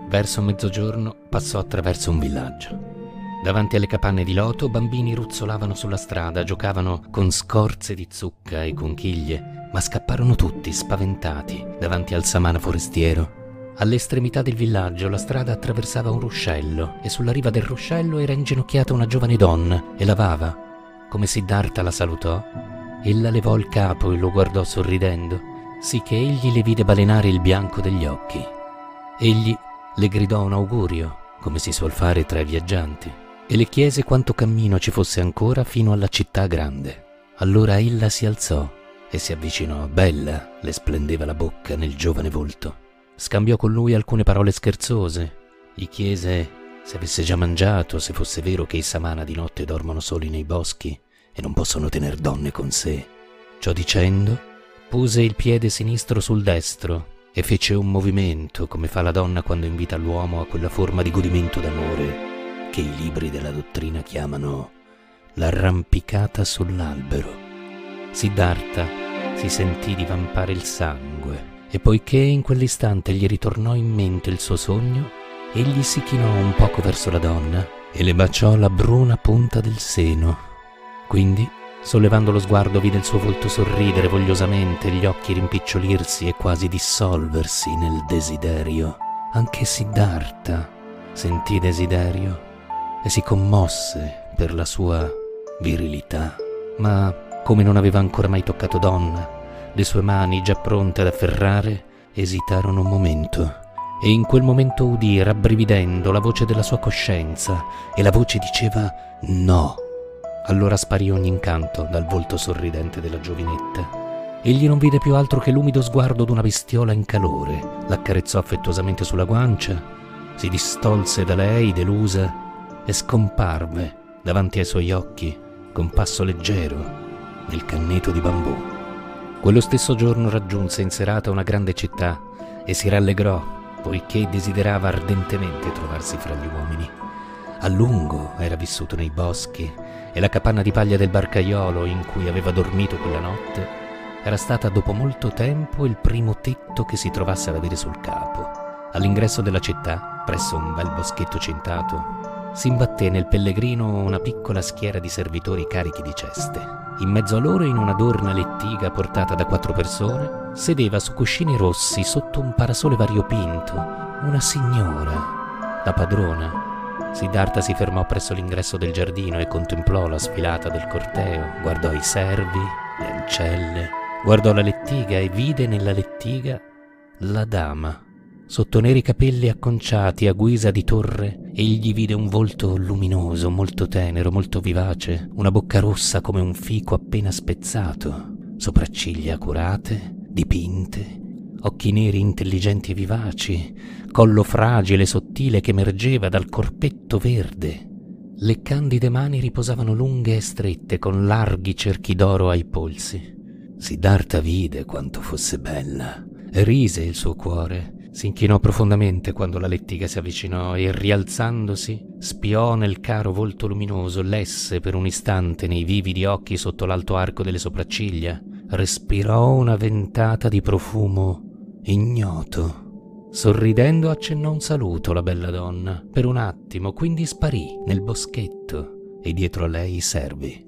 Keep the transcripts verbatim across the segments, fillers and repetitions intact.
Verso mezzogiorno passò attraverso un villaggio. Davanti alle capanne di loto, bambini ruzzolavano sulla strada, giocavano con scorze di zucca e conchiglie, ma scapparono tutti, spaventati, davanti al samana forestiero. All'estremità del villaggio la strada attraversava un ruscello e sulla riva del ruscello era inginocchiata una giovane donna e lavava. Come Siddhartha la salutò, ella levò il capo e lo guardò sorridendo, sì che egli le vide balenare il bianco degli occhi. Egli le gridò un augurio, come si suol fare tra i viaggianti, e le chiese quanto cammino ci fosse ancora fino alla città grande. Allora ella si alzò e si avvicinò. Bella le splendeva la bocca nel giovane volto. Scambiò con lui alcune parole scherzose, gli chiese se avesse già mangiato, se fosse vero che i samana di notte dormono soli nei boschi e non possono tener donne con sé. Ciò dicendo, pose il piede sinistro sul destro e fece un movimento come fa la donna quando invita l'uomo a quella forma di godimento d'amore che i libri della dottrina chiamano l'arrampicata sull'albero. Siddhartha si sentì divampare il sangue e poiché in quell'istante gli ritornò in mente il suo sogno, egli si chinò un poco verso la donna e le baciò la bruna punta del seno. Quindi, sollevando lo sguardo, vide il suo volto sorridere vogliosamente, gli occhi rimpicciolirsi e quasi dissolversi nel desiderio. Anche Siddhartha sentì desiderio e si commosse per la sua virilità, ma come non aveva ancora mai toccato donna, le sue mani, già pronte ad afferrare, esitarono un momento, e in quel momento udì, rabbrividendo, la voce della sua coscienza, e la voce diceva no. Allora sparì ogni incanto dal volto sorridente della giovinetta. Egli non vide più altro che l'umido sguardo d'una bestiola in calore, l'accarezzò affettuosamente sulla guancia, si distolse da lei, delusa, e scomparve davanti ai suoi occhi, con passo leggero, nel canneto di bambù. Quello stesso giorno raggiunse in serata una grande città e si rallegrò, poiché desiderava ardentemente trovarsi fra gli uomini. A lungo era vissuto nei boschi e la capanna di paglia del barcaiolo in cui aveva dormito quella notte era stata dopo molto tempo il primo tetto che si trovasse ad avere sul capo. All'ingresso della città, presso un bel boschetto cintato, si imbatté nel pellegrino una piccola schiera di servitori carichi di ceste. In mezzo a loro, in una adorna lettiga portata da quattro persone, sedeva su cuscini rossi sotto un parasole variopinto una signora, la padrona. Siddhartha si fermò presso l'ingresso del giardino e contemplò la sfilata del corteo, guardò i servi, le ancelle, guardò la lettiga e vide nella lettiga la dama. Sotto neri capelli acconciati a guisa di torre, egli vide un volto luminoso, molto tenero, molto vivace, una bocca rossa come un fico appena spezzato, sopracciglia accurate, dipinte, occhi neri intelligenti e vivaci, collo fragile e sottile che emergeva dal corpetto verde. Le candide mani riposavano lunghe e strette, con larghi cerchi d'oro ai polsi. Siddhartha vide quanto fosse bella e rise il suo cuore. Si inchinò profondamente quando la lettiga si avvicinò e, rialzandosi, spiò nel caro volto luminoso, lesse per un istante nei vividi occhi sotto l'alto arco delle sopracciglia, respirò una ventata di profumo ignoto. Sorridendo accennò un saluto alla bella donna per un attimo, quindi sparì nel boschetto e dietro a lei i servi.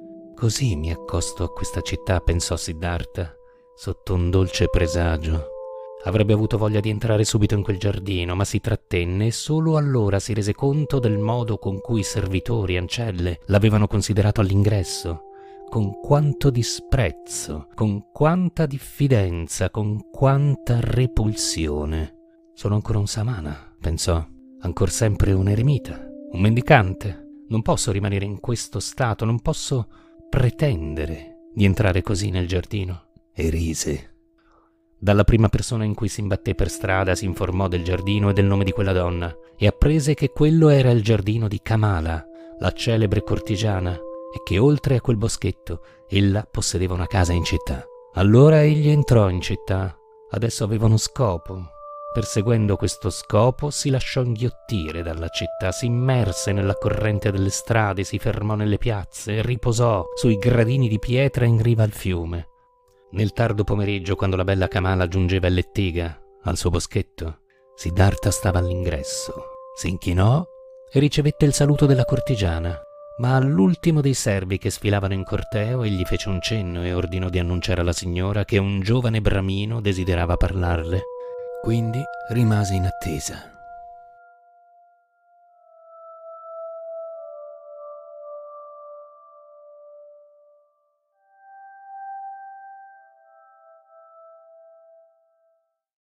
Così mi accosto a questa città, pensò Siddhartha, sotto un dolce presagio. Avrebbe avuto voglia di entrare subito in quel giardino, ma si trattenne e solo allora si rese conto del modo con cui i servitori e ancelle l'avevano considerato all'ingresso. Con quanto disprezzo, con quanta diffidenza, con quanta repulsione. Sono ancora un samana, pensò, ancor sempre un eremita, un mendicante. Non posso rimanere in questo stato, non posso pretendere di entrare così nel giardino. E rise. Dalla prima persona in cui si imbatté per strada si informò del giardino e del nome di quella donna e apprese che quello era il giardino di Kamala, la celebre cortigiana, e che oltre a quel boschetto ella possedeva una casa in città. Allora egli entrò in città. Adesso aveva uno scopo. Perseguendo questo scopo si lasciò inghiottire dalla città, si immerse nella corrente delle strade, si fermò nelle piazze e riposò sui gradini di pietra in riva al fiume. Nel tardo pomeriggio, quando la bella Kamala giungeva in lettiga, al suo boschetto, Siddhartha stava all'ingresso, si inchinò e ricevette il saluto della cortigiana, ma all'ultimo dei servi che sfilavano in corteo egli fece un cenno e ordinò di annunciare alla signora che un giovane bramino desiderava parlarle. Quindi rimase in attesa.